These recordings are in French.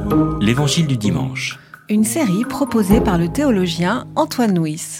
L'Évangile du dimanche. Une série proposée par le théologien Antoine Nuis.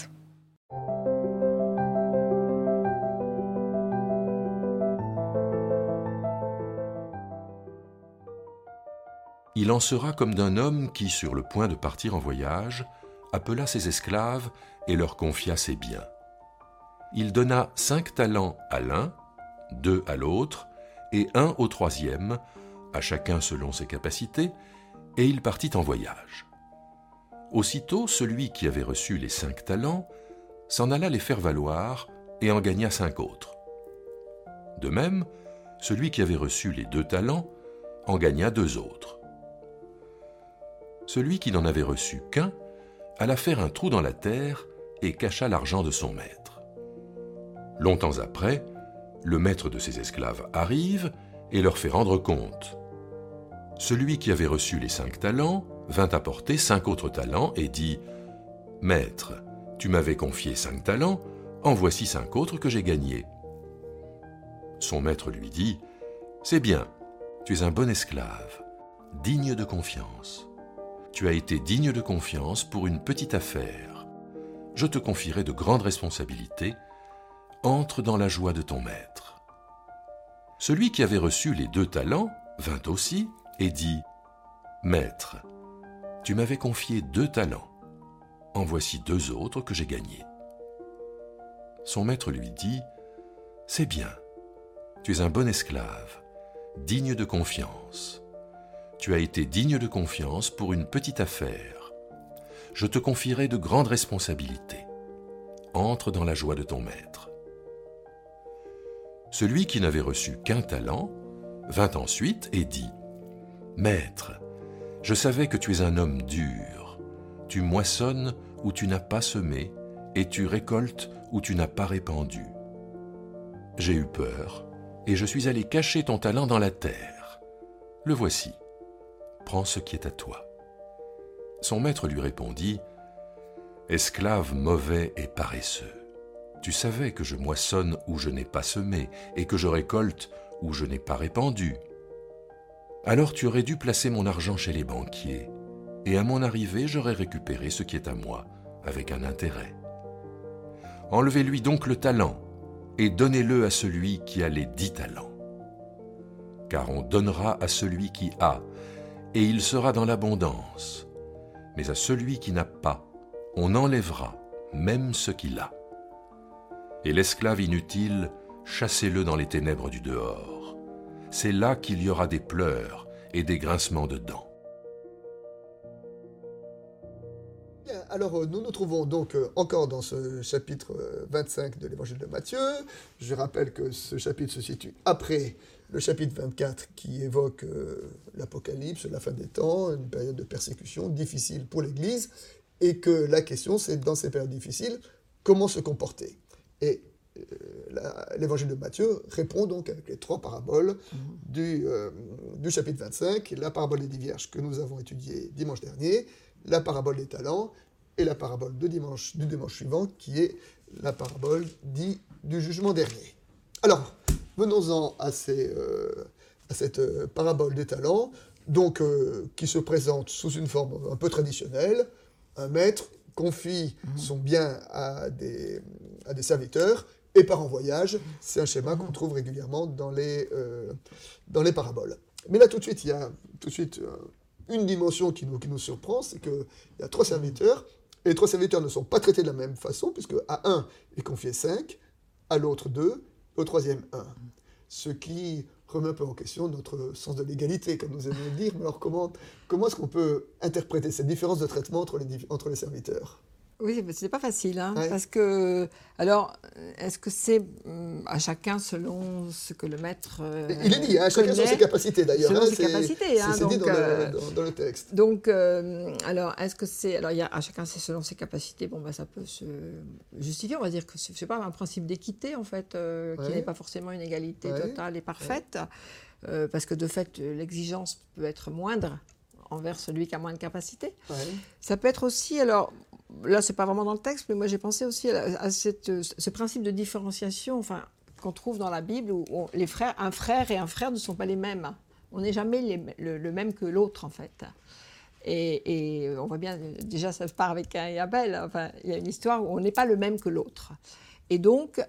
Il en sera comme d'un homme qui, sur le point de partir en voyage, appela ses esclaves et leur confia ses biens. Il donna 5 talents à l'un, 2 à l'autre, et 1 au troisième, à chacun selon ses capacités, et il partit en voyage. Aussitôt, celui qui avait reçu les 5 talents s'en alla les faire valoir et en gagna 5 autres. De même, celui qui avait reçu les 2 talents en gagna 2 autres. Celui qui n'en avait reçu qu'un alla faire un trou dans la terre et cacha l'argent de son maître. Longtemps après, le maître de ses esclaves arrive et leur fait rendre compte. Celui qui avait reçu les 5 talents vint apporter 5 autres talents et dit « Maître, tu m'avais confié 5 talents, en voici 5 autres que j'ai gagnés. » Son maître lui dit « C'est bien, tu es un bon esclave, digne de confiance. Tu as été digne de confiance pour une petite affaire. Je te confierai de grandes responsabilités. Entre dans la joie de ton maître. » Celui qui avait reçu les 2 talents vint aussi et dit « Maître, tu m'avais confié 2 talents. En voici 2 autres que j'ai gagnés. » Son maître lui dit « C'est bien, tu es un bon esclave, digne de confiance. Tu as été digne de confiance pour une petite affaire. Je te confierai de grandes responsabilités. Entre dans la joie de ton maître. » Celui qui n'avait reçu qu'un talent vint ensuite et dit « Maître, je savais que tu es un homme dur. Tu moissonnes où tu n'as pas semé et tu récoltes où tu n'as pas répandu. J'ai eu peur et je suis allé cacher ton talent dans la terre. Le voici. Prends ce qui est à toi. » Son maître lui répondit « Esclave mauvais et paresseux. Tu savais que je moissonne où je n'ai pas semé et que je récolte où je n'ai pas répandu. Alors tu aurais dû placer mon argent chez les banquiers, et à mon arrivée j'aurais récupéré ce qui est à moi, avec un intérêt. Enlevez-lui donc le talent, et donnez-le à celui qui a les 10 talents. Car on donnera à celui qui a, et il sera dans l'abondance. Mais à celui qui n'a pas, on enlèvera même ce qu'il a. Et l'esclave inutile, chassez-le dans les ténèbres du dehors. C'est là qu'il y aura des pleurs et des grincements de dents. » Alors, nous nous trouvons donc encore dans ce chapitre 25 de l'Évangile de Matthieu. Je rappelle que ce chapitre se situe après le chapitre 24 qui évoque l'Apocalypse, la fin des temps, une période de persécution difficile pour l'Église, et que la question, c'est dans ces périodes difficiles, comment se comporter. Et l'Évangile de Matthieu répond donc avec les 3 paraboles du chapitre 25, la parabole des 10 vierges que nous avons étudiée dimanche dernier, la parabole des talents, et la parabole du dimanche suivant, qui est la parabole dite du jugement dernier. Alors, venons-en à cette parabole des talents, donc, qui se présente sous une forme un peu traditionnelle. Un maître confie son bien à des serviteurs et part en voyage. C'est un schéma qu'on trouve régulièrement dans les paraboles. Mais là, tout de suite, il y a une dimension qui nous surprend, c'est qu'il y a 3 serviteurs, et les 3 serviteurs ne sont pas traités de la même façon, puisque à un est confié 5, à l'autre 2, au troisième 1. Ce qui remet un peu en question notre sens de l'égalité, comme nous aimons le dire. Mais alors comment est-ce qu'on peut interpréter cette différence de traitement entre les serviteurs ? Oui, mais c'est pas facile, hein, Ouais. parce que, alors, est-ce que c'est à chacun selon ce que le maître Il est dit, chacun connaît, selon ses capacités d'ailleurs. selon ses capacités, c'est donc, dit dans le texte. Donc, alors, est-ce que c'est, alors, il y a à chacun c'est selon ses capacités. Bon, ça peut se justifier. On va dire que c'est pas un principe d'équité en fait, qui n'est pas forcément une égalité totale et parfaite, parce que de fait, l'exigence peut être moindre envers celui qui a moins de capacité. Ouais. Ça peut être aussi, alors là c'est pas vraiment dans le texte, mais moi j'ai pensé aussi à ce principe de différenciation, enfin, qu'on trouve dans la Bible où un frère et un frère ne sont pas les mêmes. on n'est jamais le même que l'autre, en fait. Et on voit bien, déjà, ça se part avec Caïn et Abel. Enfin, il y a une histoire où on n'est pas le même que l'autre. Et donc,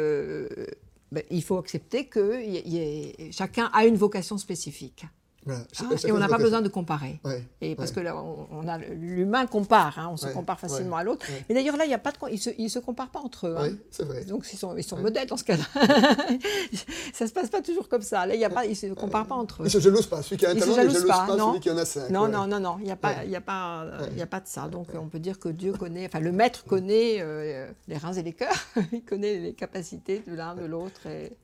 il faut accepter que chacun a une vocation spécifique. Voilà, et on n'a pas besoin de comparer. Parce que là, l'humain compare, on se compare facilement à l'autre. Mais d'ailleurs, là, il ne se comparent pas entre eux. C'est vrai. Donc, ils sont modèles dans ce cas-là. Ça ne se passe pas toujours comme ça. Là, ils ne se comparent pas entre eux. Ils ne se jalousent pas. Celui qui a un talent ne jalouse pas celui qui en a 5. Non, il n'y a pas de ça. Donc, on peut dire que Dieu connaît, le maître connaît les reins et les cœurs. Il connaît les capacités de l'un, de l'autre.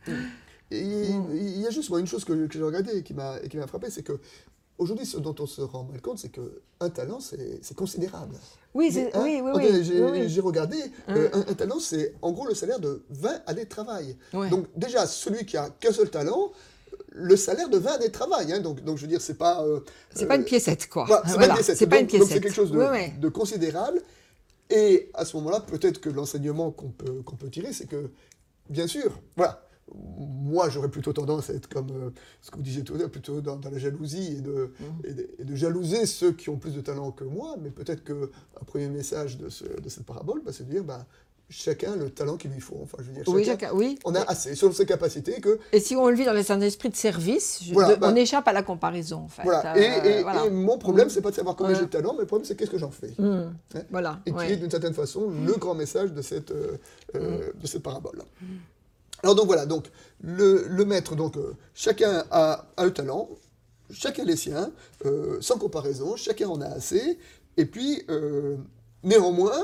Et il y a juste une chose que j'ai regardée et qui m'a frappé, c'est qu'aujourd'hui, ce dont on se rend mal compte, c'est qu'un talent, c'est considérable. Oui, j'ai regardé, un talent, c'est en gros le salaire de 20 années de travail. Ouais. Donc déjà, celui qui a qu'un seul talent, le salaire de 20 années de travail. Donc je veux dire, c'est pas... c'est pas une piécette, quoi. C'est pas une piécette. Donc c'est quelque chose de considérable. Et à ce moment-là, peut-être que l'enseignement qu'on peut tirer, c'est que, bien sûr, voilà, moi, j'aurais plutôt tendance à être comme ce que vous disiez tout à l'heure, plutôt dans la jalousie et de jalouser ceux qui ont plus de talent que moi, mais peut-être qu'un premier message de cette parabole, c'est de dire, chacun le talent qu'il lui faut. Enfin, je veux dire, chacun, on a assez sur ses capacités que... Et si on le vit dans un esprit de service, on échappe à la comparaison, en fait. Voilà. Et mon problème, c'est pas de savoir combien j'ai de talent, mais le problème, c'est qu'est-ce que j'en fais. Voilà. Et qui est, d'une certaine façon, le grand message de cette parabole. Alors donc voilà, le maître, chacun a un talent, chacun les siens, sans comparaison, chacun en a assez, et puis néanmoins,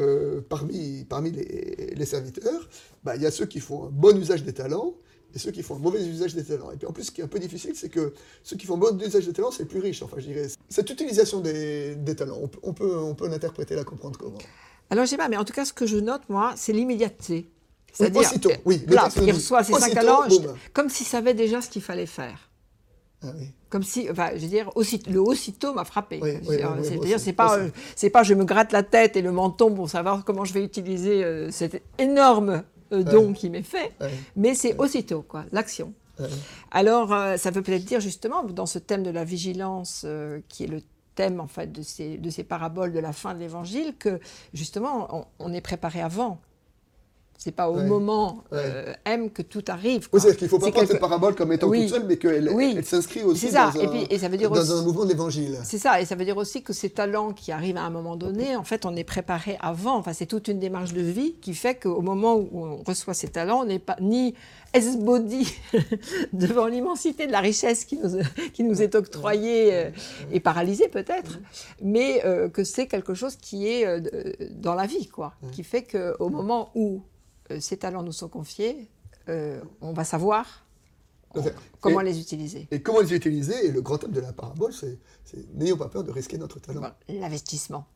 parmi les serviteurs, il y a ceux qui font un bon usage des talents et ceux qui font un mauvais usage des talents. Et puis en plus, ce qui est un peu difficile, c'est que ceux qui font un bon usage des talents, c'est les plus riches. Enfin, je dirais, cette utilisation des talents, on peut l'interpréter, la comprendre comment. Alors je sais pas, mais en tout cas, ce que je note, moi, c'est l'immédiateté. C'est-à-dire, aussitôt, là, il reçoit ses 5 talents, comme s'il savait déjà ce qu'il fallait faire. Ah oui. Comme si, je veux dire, le aussitôt m'a frappé. C'est-à-dire, c'est pas je me gratte la tête et le menton pour savoir comment je vais utiliser cet énorme don qui m'est fait, mais c'est aussitôt, quoi, l'action. Alors, ça veut peut-être dire justement, dans ce thème de la vigilance, qui est le thème en fait de ces paraboles de la fin de l'Évangile, que justement, on est préparé avant. C'est pas au moment M que tout arrive. Oui, c'est-à-dire qu'il ne faut pas prendre cette parabole comme étant toute seule, mais qu'elle s'inscrit aussi dans un mouvement de l'Évangile. C'est ça, et ça veut dire aussi que ces talents qui arrivent à un moment donné, en fait, on est préparé avant. Enfin, c'est toute une démarche de vie qui fait qu'au moment où on reçoit ces talents, on n'est pas ni esbody devant l'immensité de la richesse qui nous est octroyée et paralysée peut-être, mais que c'est quelque chose qui est dans la vie, quoi, qui fait qu'au moment où ces talents nous sont confiés, on va savoir comment les utiliser. Et comment les utiliser, et le grand thème de la parabole, c'est n'ayons pas peur de risquer notre talent. L'investissement.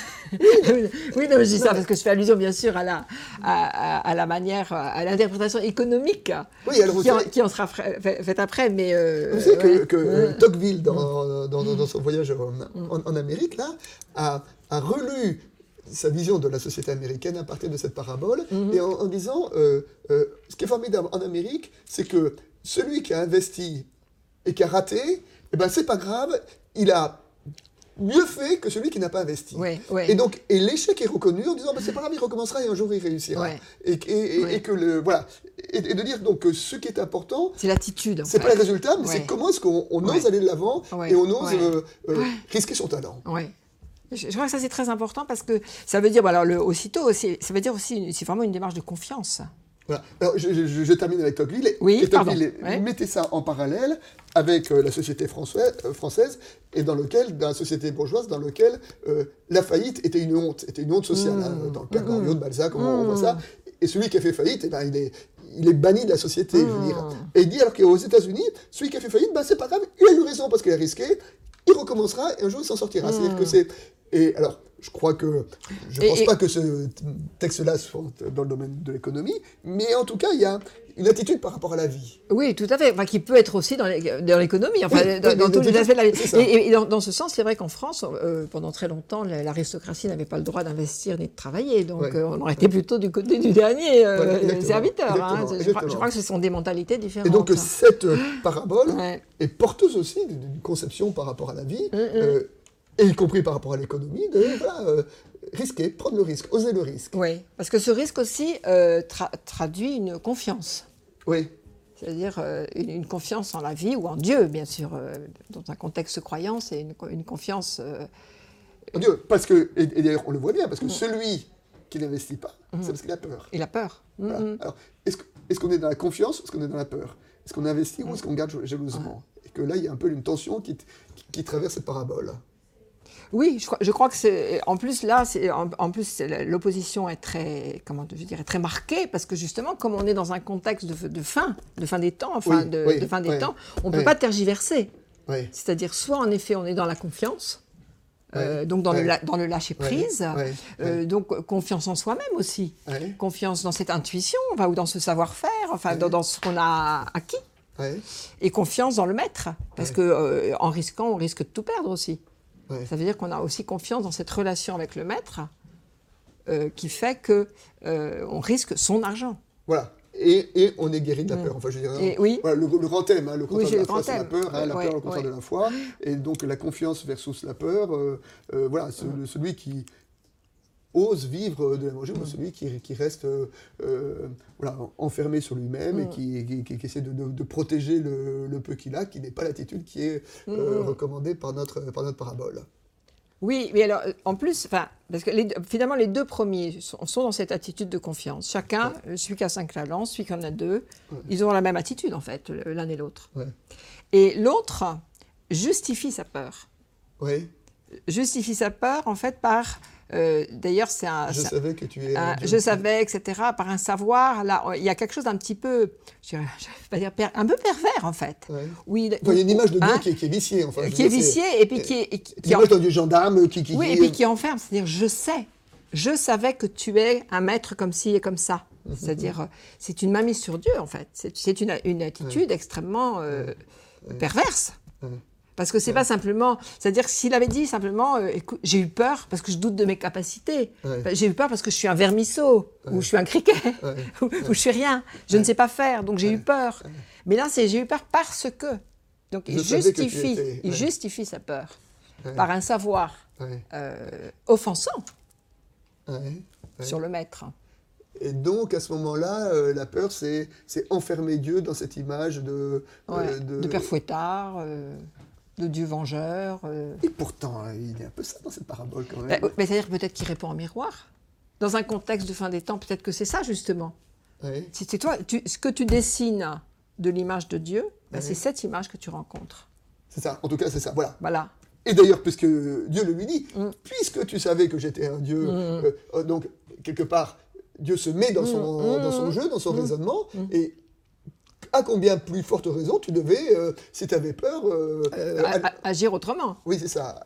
Oui, non, je dis ça parce que je fais allusion bien sûr à la manière, à l'interprétation économique qui en sera faite après. Mais vous savez que Tocqueville, dans son voyage en Amérique, là, a relu sa vision de la société américaine à partir de cette parabole, et en disant, ce qui est formidable en Amérique, c'est que celui qui a investi et qui a raté, c'est pas grave, il a mieux fait que celui qui n'a pas investi. Et l'échec est reconnu en disant, c'est pas grave, il recommencera et un jour il réussira. Et de dire donc que ce qui est important, c'est l'attitude. C'est pas le résultat, mais c'est comment est-ce qu'on ose aller de l'avant et on ose risquer son talent. Je crois que ça c'est très important parce que ça veut dire, aussitôt, ça veut dire aussi, c'est vraiment une démarche de confiance. Voilà. Alors, je termine avec Tocqueville. Tocqueville mettait ça en parallèle avec la société française et dans la société bourgeoise, dans laquelle la faillite était une honte sociale. Dans le Père Goriot de Balzac, on voit ça. Et celui qui a fait faillite, il est banni de la société. Je veux dire. Et il dit alors qu'aux États-Unis, celui qui a fait faillite, c'est pas grave, il a eu raison parce qu'il a risqué, il recommencera et un jour il s'en sortira. C'est-à-dire que c'est... Et alors, je crois que je ne pense pas que ce texte-là soit dans le domaine de l'économie, mais en tout cas, il y a une attitude par rapport à la vie. Oui, tout à fait. Enfin, qui peut être aussi dans l'économie, enfin, Oui, dans tous les aspects de la vie. Et dans ce sens, c'est vrai qu'en France, pendant très longtemps, l'aristocratie n'avait pas le droit d'investir ni de travailler. Donc, on aurait été plutôt du côté du dernier serviteur. Je crois que ce sont des mentalités différentes. Et donc, cette parabole est porteuse aussi d'une conception par rapport à la vie, et y compris par rapport à l'économie, de risquer, prendre le risque, oser le risque. Oui, parce que ce risque aussi traduit une confiance. Oui. C'est-à-dire une confiance en la vie ou en Dieu, bien sûr. Dans un contexte croyant, c'est une confiance... En Dieu, parce que, et d'ailleurs on le voit bien, parce que celui qui n'investit pas, c'est parce qu'il a peur. Il a peur. Voilà. Alors, est-ce qu'on est dans la confiance ou est-ce qu'on est dans la peur? Est-ce qu'on investit ou est-ce qu'on garde jalousement? Et que là, il y a un peu une tension qui traverse cette parabole. Oui, je crois que c'est... En plus, là, l'opposition est très, très marquée, parce que justement, comme on est dans un contexte de fin des temps, temps, on ne peut pas tergiverser. Oui. C'est-à-dire, soit en effet, on est dans la confiance, donc dans le lâcher-prise, donc confiance en soi-même aussi, confiance dans cette intuition, ou dans ce savoir-faire, dans ce qu'on a acquis, et confiance dans le maître, parce que en risquant, on risque de tout perdre aussi. Ça veut dire qu'on a aussi confiance dans cette relation avec le maître qui fait qu'on risque son argent. Voilà. Et on est guéri de la peur. Enfin, je dirais, voilà, le grand thème, le contraire de la foi, c'est la peur. La peur, le contraire de la foi. Et donc, la confiance versus la peur. Voilà, celui qui ose vivre de l'évangile, celui qui reste enfermé sur lui-même et qui essaie de protéger le peu qu'il a, qui n'est pas l'attitude qui est recommandée par notre parabole. Oui, mais alors, en plus, parce que finalement, les deux premiers sont dans cette attitude de confiance. Chacun, celui qui a 5 talents, celui qui en a 2, ils ont la même attitude, en fait, l'un et l'autre. Ouais. Et l'autre justifie sa peur. Oui. Justifie sa peur, en fait, par... d'ailleurs, c'est un... Je savais que tu es... je savais, etc. Par un savoir, là, il y a quelque chose d'un petit peu... Je vais pas dire un peu pervers, en fait. Ouais. Il y a une image de Dieu qui est viciée, enfin. Qui est viciée, et puis qui l'image d'un Dieu gendarme qui... Oui, et puis qui enferme. C'est-à-dire, je savais que tu es un maître comme ci et comme ça. C'est-à-dire, c'est une mainmise sur Dieu, en fait. C'est une attitude extrêmement perverse. Parce que c'est pas simplement... C'est-à-dire que s'il avait dit simplement écoute, j'ai eu peur parce que je doute de mes capacités. J'ai eu peur parce que je suis un vermisseau, ou je suis un criquet, ou je suis rien. Je ne sais pas faire, donc j'ai eu peur. Mais là, c'est j'ai eu peur parce que... Donc il justifie sa peur par un savoir offensant sur le maître. Et donc, à ce moment-là, la peur, c'est enfermer Dieu dans cette image de père fouettard... de Dieu vengeur. Et pourtant, il y a un peu ça dans cette parabole quand même. Mais c'est-à-dire peut-être qu'il répond en miroir. Dans un contexte de fin des temps, peut-être que c'est ça justement. Oui. C'est toi, ce que tu dessines de l'image de Dieu, c'est cette image que tu rencontres. C'est ça, en tout cas c'est ça, voilà. Et d'ailleurs, puisque Dieu le lui dit, puisque tu savais que j'étais un Dieu, donc quelque part, Dieu se met dans son jeu, dans son raisonnement, et à combien plus forte raison tu devais, si tu avais peur... agir autrement. Oui, c'est ça.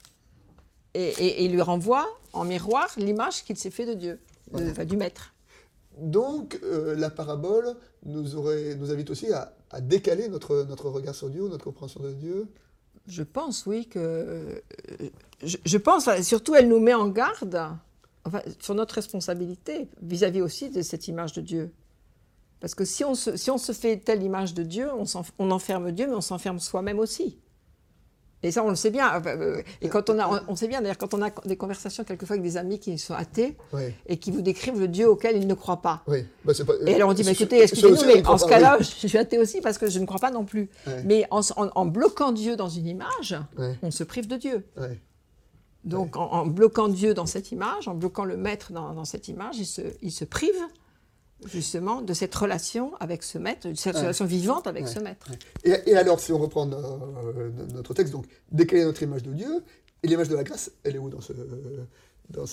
Et il lui renvoie en miroir l'image qu'il s'est fait de Dieu, du maître. Donc, la parabole nous invite aussi à décaler notre regard sur Dieu, notre compréhension de Dieu. Je pense, oui, que... Je pense, surtout, elle nous met en garde sur notre responsabilité vis-à-vis aussi de cette image de Dieu. Parce que si on se fait telle image de Dieu, on enferme Dieu, mais on s'enferme soi-même aussi. Et ça, on le sait bien. Et quand on sait bien, d'ailleurs, quand on a des conversations quelquefois avec des amis qui sont athées et qui vous décrivent le Dieu auquel ils ne croient pas. Oui. C'est pas et alors on dit, écoutez, excusez-nous, mais en ce cas-là, je suis athée aussi parce que je ne crois pas non plus. Mais en bloquant Dieu dans une image, on se prive de Dieu. Donc en bloquant Dieu dans cette image, en bloquant le maître dans cette image, il se prive justement de cette relation avec ce maître, de cette relation vivante avec ce maître. Et alors, si on reprend notre texte, donc, décaler notre image de Dieu, et l'image de la grâce, elle est où dans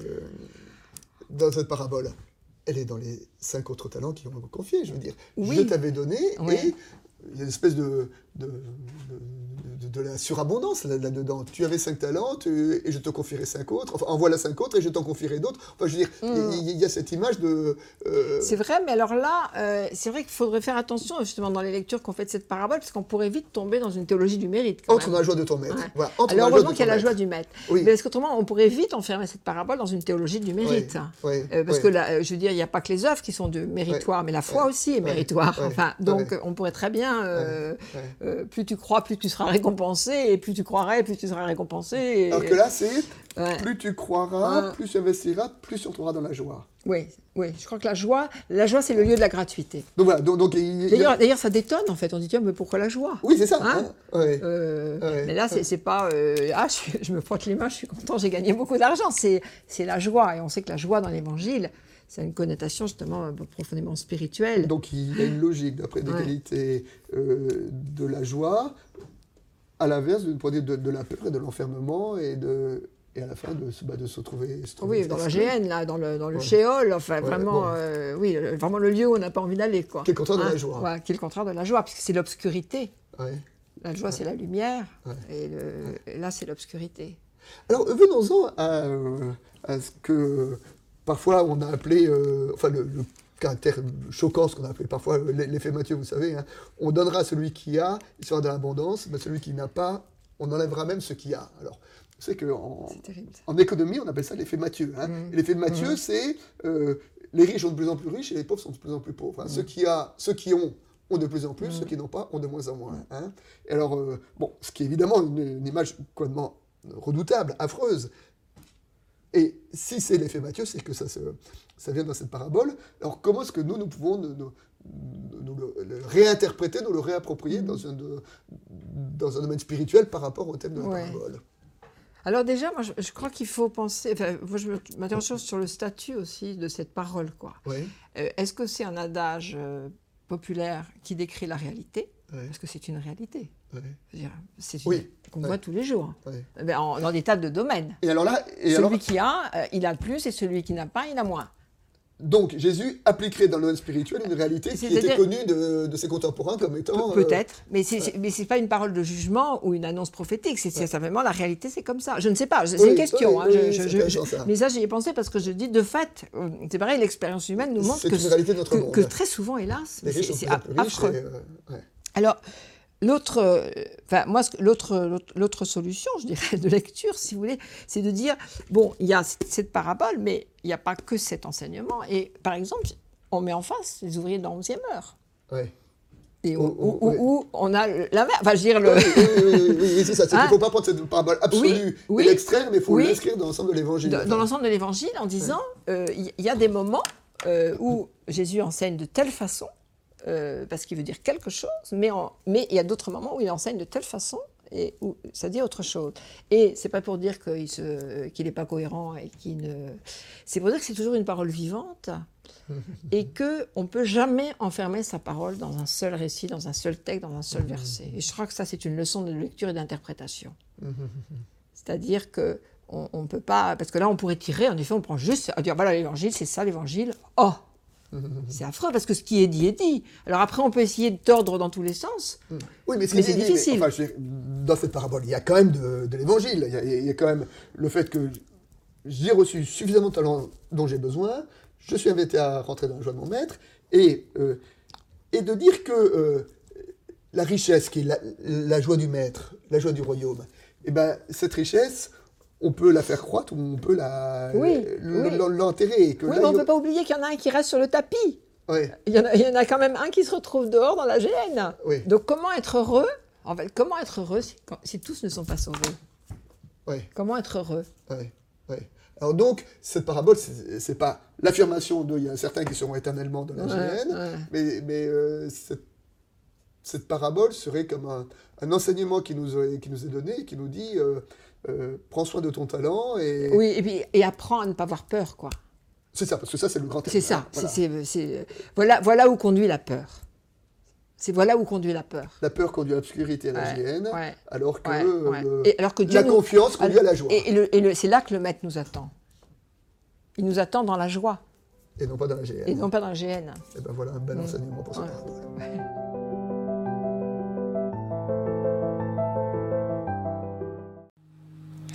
cette parabole? Elle est dans les 5 autres talents qui ont confié, je veux dire. Dieu t'avait donné, et il y a une espèce de de la surabondance là-dedans. Tu avais 5 talents et je te confierai 5 autres. Enfin, en voilà 5 autres et je t'en confierai d'autres. Enfin, je veux dire, il y a cette image de... C'est vrai, mais alors là, c'est vrai qu'il faudrait faire attention justement dans les lectures qu'on fait de cette parabole, parce qu'on pourrait vite tomber dans une théologie du mérite. Entre dans la joie de ton maître. Ouais. Voilà, alors heureusement qu'il y a la joie du maître. Oui. Mais parce qu'autrement, on pourrait vite enfermer cette parabole dans une théologie du mérite. Oui, parce que là, je veux dire, il n'y a pas que les œuvres qui sont méritoires, mais la foi aussi est méritoire. Enfin, donc on pourrait très bien, plus tu crois, plus tu seras récompensé, et plus tu croirais, plus tu seras récompensé. Alors que là, c'est plus tu croiras, plus tu investiras, plus tu retrouveras dans la joie. Oui, je crois que la joie c'est le lieu de la gratuité. Donc voilà. D'ailleurs, ça détonne en fait. On dit tiens, mais pourquoi la joie? Oui, c'est ça. Mais là, c'est pas je me frotte les mains, je suis content, j'ai gagné beaucoup d'argent. C'est la joie, et on sait que la joie dans l'Évangile, c'est une connotation justement profondément spirituelle. Donc il y a une logique d'après des qualités de la joie, à l'inverse de la peur et de l'enfermement et à la fin de se retrouver oui, dans la géhenne, là, dans le shéol, enfin vraiment, vraiment le lieu où on n'a pas envie d'aller, quoi. Qui est le contraire de la joie. Ouais, qui est le contraire de la joie, puisque c'est l'obscurité. Ouais. La joie, c'est la lumière, et là, c'est l'obscurité. Alors, venons-en à ce que parfois on a appelé, le caractère choquant, ce qu'on a appelé parfois l'effet Matthieu, vous savez. Hein. On donnera à celui qui a, il sera de l'abondance, mais celui qui n'a pas, on enlèvera même ce qui a. Alors, vous savez qu'en économie, on appelle ça l'effet Matthieu. Hein. Et l'effet Matthieu, c'est les riches sont de plus en plus riches et les pauvres sont de plus en plus pauvres. Hein. Ceux qui ont de plus en plus, ceux qui n'ont pas ont de moins en moins. Hein. Et alors, ce qui est évidemment une image complètement redoutable, affreuse. Et si c'est l'effet Matthieu, c'est que ça vient dans cette parabole. Alors comment est-ce que nous pouvons nous le réinterpréter, nous le réapproprier dans un domaine spirituel par rapport au thème de la parabole? Alors déjà, moi, je crois qu'il faut penser... Enfin, moi, je m'interroge sur le statut aussi de cette parole, quoi. Est-ce que c'est un adage populaire qui décrit la réalité? Parce que c'est une réalité. C'est une qu'on voit tous les jours. Dans des tas de domaines. Et alors là, celui qui a, il a le plus, et celui qui n'a pas, il a moins. Donc Jésus appliquerait dans le domaine spirituel une réalité qui était connue de ses contemporains comme étant... Peut-être, mais c'est pas une parole de jugement ou une annonce prophétique, c'est simplement la réalité, c'est comme ça. Je ne sais pas, c'est une question. Mais ça, j'y ai pensé parce que je dis, de fait, c'est pareil, l'expérience humaine nous montre que très souvent, hélas, c'est affreux. Alors, l'autre solution, je dirais, de lecture, si vous voulez, c'est de dire, bon, il y a cette parabole, mais il n'y a pas que cet enseignement. Et par exemple, on met en face les ouvriers de la 11e heure. Et où on a la mer. Enfin, je veux dire, oui, c'est ça. Il ne faut pas prendre cette parabole absolue et l'extraire, mais il faut l'inscrire dans l'ensemble de l'Évangile. Dans l'ensemble de l'Évangile, en disant, il y a des moments où Jésus enseigne de telle façon, parce qu'il veut dire quelque chose, mais il y a d'autres moments où il enseigne de telle façon et où ça dit autre chose. Et c'est pas pour dire qu'il n'est pas cohérent et c'est pour dire que c'est toujours une parole vivante et qu'on ne peut jamais enfermer sa parole dans un seul récit, dans un seul texte, dans un seul verset. Et je crois que ça, c'est une leçon de lecture et d'interprétation. C'est-à-dire que on peut pas... Parce que là, on pourrait tirer, en effet, on prend juste à dire, voilà, l'Évangile, c'est ça, l'Évangile. Oh, c'est affreux, parce que ce qui est dit. Alors après, on peut essayer de tordre dans tous les sens, mais c'est difficile. Dans cette parabole, il y a quand même de l'Évangile. Il y a quand même le fait que j'ai reçu suffisamment de talents dont j'ai besoin, je suis invité à rentrer dans la joie de mon maître, et de dire que la richesse, qui est la joie du maître, la joie du royaume, et ben, cette richesse... on peut la faire croître ou on peut l'enterrer. Mais on ne peut pas oublier qu'il y en a un qui reste sur le tapis. Il y en a quand même un qui se retrouve dehors dans la géhenne. Donc comment être heureux, comment être heureux si tous ne sont pas sauvés? Comment être heureux? Alors donc, cette parabole, c'est pas l'affirmation il y a certains qui seront éternellement dans la géhenne, mais cette parabole serait comme un enseignement qui nous est donné, qui nous dit... prends soin de ton talent et... Oui, et apprends à ne pas avoir peur, quoi. C'est ça, parce que ça, c'est le grand thème. C'est ça. Voilà où conduit la peur. Voilà où conduit la peur. La peur conduit à l'obscurité et à la géhenne, alors que, alors que Dieu confiance conduit à la joie. Et c'est là que le Maître nous attend. Il nous attend dans la joie. Et non pas dans la géhenne. Et non pas dans la géhenne. Et ben voilà un bel enseignement pour cette parabole.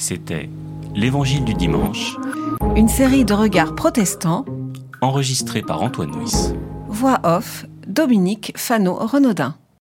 C'était l'Évangile du dimanche, Une série de regards protestants. enregistré par Antoine Nuis. Voix off, Dominique Fano-Renaudin.